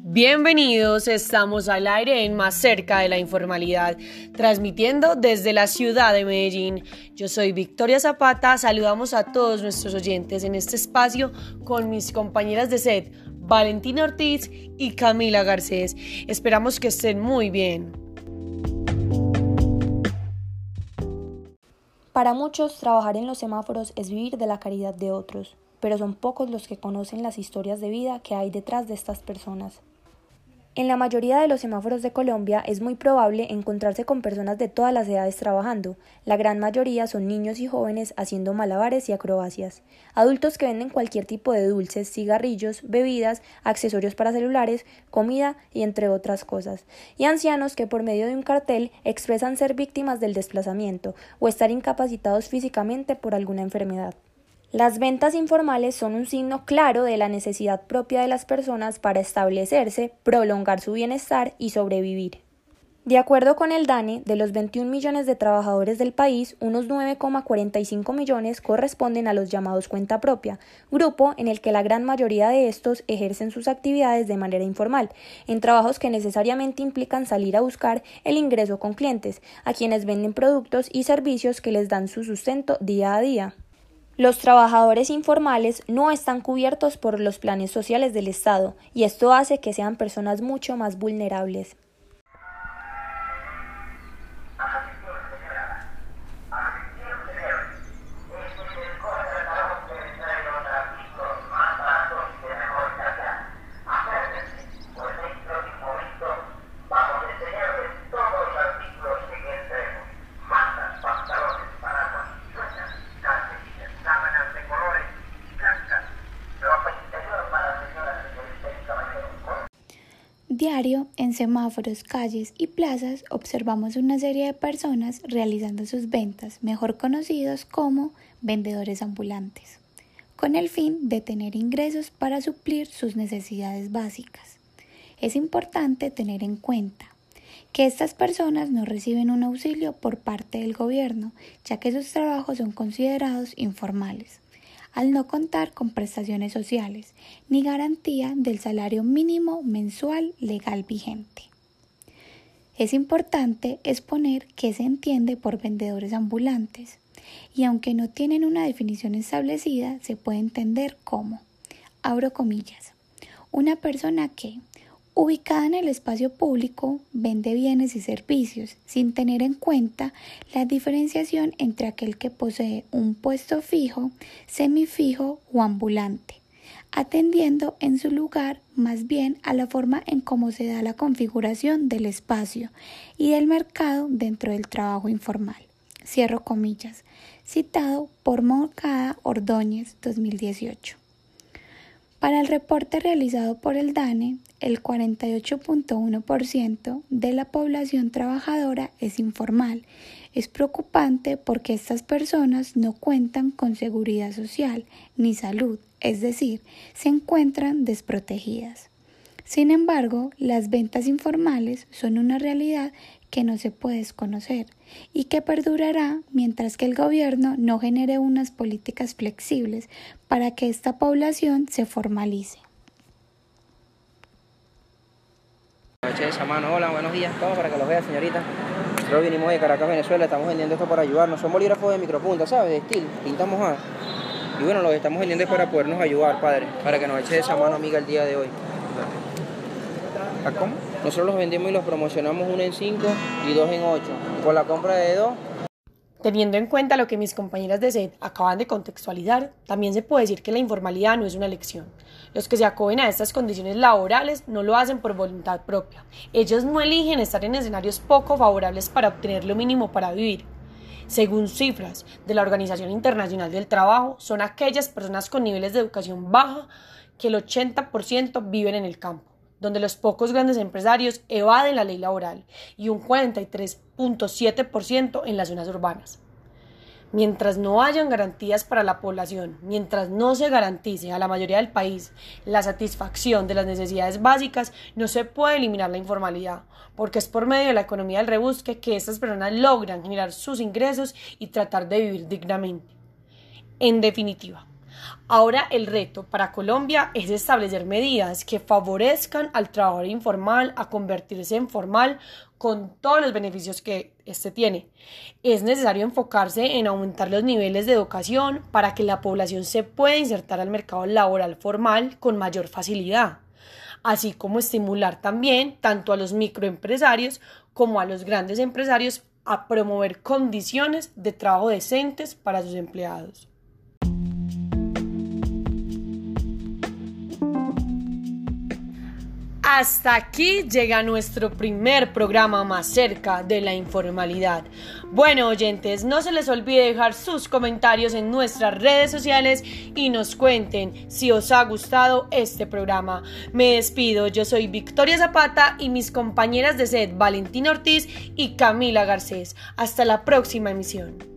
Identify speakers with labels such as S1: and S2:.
S1: Bienvenidos, estamos al aire en Más Cerca de la Informalidad, transmitiendo desde la ciudad de Medellín. Yo soy Victoria Zapata, saludamos a todos nuestros oyentes en este espacio con mis compañeras de set, Valentina Ortiz y Camila Garcés. Esperamos que estén muy bien.
S2: Para muchos, trabajar en los semáforos es vivir de la caridad de otros, pero son pocos los que conocen las historias de vida que hay detrás de estas personas. En la mayoría de los semáforos de Colombia es muy probable encontrarse con personas de todas las edades trabajando. La gran mayoría son niños y jóvenes haciendo malabares y acrobacias. Adultos que venden cualquier tipo de dulces, cigarrillos, bebidas, accesorios para celulares, comida y entre otras cosas. Y ancianos que por medio de un cartel expresan ser víctimas del desplazamiento o estar incapacitados físicamente por alguna enfermedad. Las ventas informales son un signo claro de la necesidad propia de las personas para establecerse, prolongar su bienestar y sobrevivir. De acuerdo con el DANE, de los 21 millones de trabajadores del país, unos 9,45 millones corresponden a los llamados cuenta propia, grupo en el que la gran mayoría de estos ejercen sus actividades de manera informal, en trabajos que necesariamente implican salir a buscar el ingreso con clientes, a quienes venden productos y servicios que les dan su sustento día a día. Los trabajadores informales no están cubiertos por los planes sociales del Estado y esto hace que sean personas mucho más vulnerables.
S3: Diario, en semáforos, calles y plazas observamos una serie de personas realizando sus ventas, mejor conocidos como vendedores ambulantes, con el fin de tener ingresos para suplir sus necesidades básicas. Es importante tener en cuenta que estas personas no reciben un auxilio por parte del gobierno, ya que sus trabajos son considerados informales, al no contar con prestaciones sociales ni garantía del salario mínimo mensual legal vigente. Es importante exponer qué se entiende por vendedores ambulantes, y aunque no tienen una definición establecida, se puede entender como, abro comillas, una persona que, ubicada en el espacio público, vende bienes y servicios sin tener en cuenta la diferenciación entre aquel que posee un puesto fijo, semifijo o ambulante, atendiendo en su lugar más bien a la forma en cómo se da la configuración del espacio y del mercado dentro del trabajo informal. Cierro comillas, citado por Moncada Ordóñez 2018. Para el reporte realizado por el DANE, el 48.1% de la población trabajadora es informal. Es preocupante porque estas personas no cuentan con seguridad social ni salud, es decir, se encuentran desprotegidas. Sin embargo, las ventas informales son una realidad que no se puede desconocer y que perdurará mientras que el gobierno no genere unas políticas flexibles para que esta población se formalice.
S4: Hola, buenos días, todo para que los vea, señorita. Nosotros vinimos de Caracas, Venezuela, estamos vendiendo esto para ayudarnos. Son bolígrafos de micropunta, ¿sabes? De estilo, pintamos a. Y bueno, los estamos vendiendo para podernos ayudar, padre, para que nos eche esa mano amiga el día de hoy. ¿A cómo? Nosotros los vendemos y los promocionamos 1 en 5 y 2 en 8. Por la compra de 2.
S1: Teniendo en cuenta lo que mis compañeras de SED acaban de contextualizar, también se puede decir que la informalidad no es una elección. Los que se acogen a estas condiciones laborales no lo hacen por voluntad propia. Ellos no eligen estar en escenarios poco favorables para obtener lo mínimo para vivir. Según cifras de la Organización Internacional del Trabajo, son aquellas personas con niveles de educación baja que el 80% viven en el campo, donde los pocos grandes empresarios evaden la ley laboral y un 43.7% en las zonas urbanas. Mientras no hayan garantías para la población, mientras no se garantice a la mayoría del país la satisfacción de las necesidades básicas, no se puede eliminar la informalidad, porque es por medio de la economía del rebusque que estas personas logran generar sus ingresos y tratar de vivir dignamente. En definitiva, Ahora el reto para Colombia es establecer medidas que favorezcan al trabajador informal a convertirse en formal con todos los beneficios que este tiene. Es necesario enfocarse en aumentar los niveles de educación para que la población se pueda insertar al mercado laboral formal con mayor facilidad, así como estimular también tanto a los microempresarios como a los grandes empresarios a promover condiciones de trabajo decentes para sus empleados. Hasta aquí llega nuestro primer programa más cerca de la informalidad. Bueno, oyentes, no se les olvide dejar sus comentarios en nuestras redes sociales y nos cuenten si os ha gustado este programa. Me despido, yo soy Victoria Zapata y mis compañeras de SED Valentina Ortiz y Camila Garcés. Hasta la próxima emisión.